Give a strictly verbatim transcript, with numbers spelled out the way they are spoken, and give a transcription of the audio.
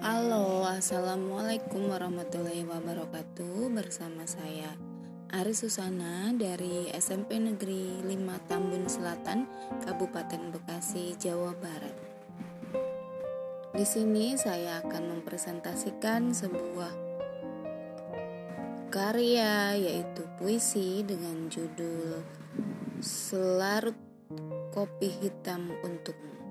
Halo, assalamualaikum warahmatullahi wabarakatuh. Bersama saya Ari Susana dari S M P Negeri lima Tambun Selatan, Kabupaten Bekasi, Jawa Barat. Di sini saya akan mempresentasikan sebuah karya, yaitu puisi dengan judul Selarut Kopi Hitam Untukmu.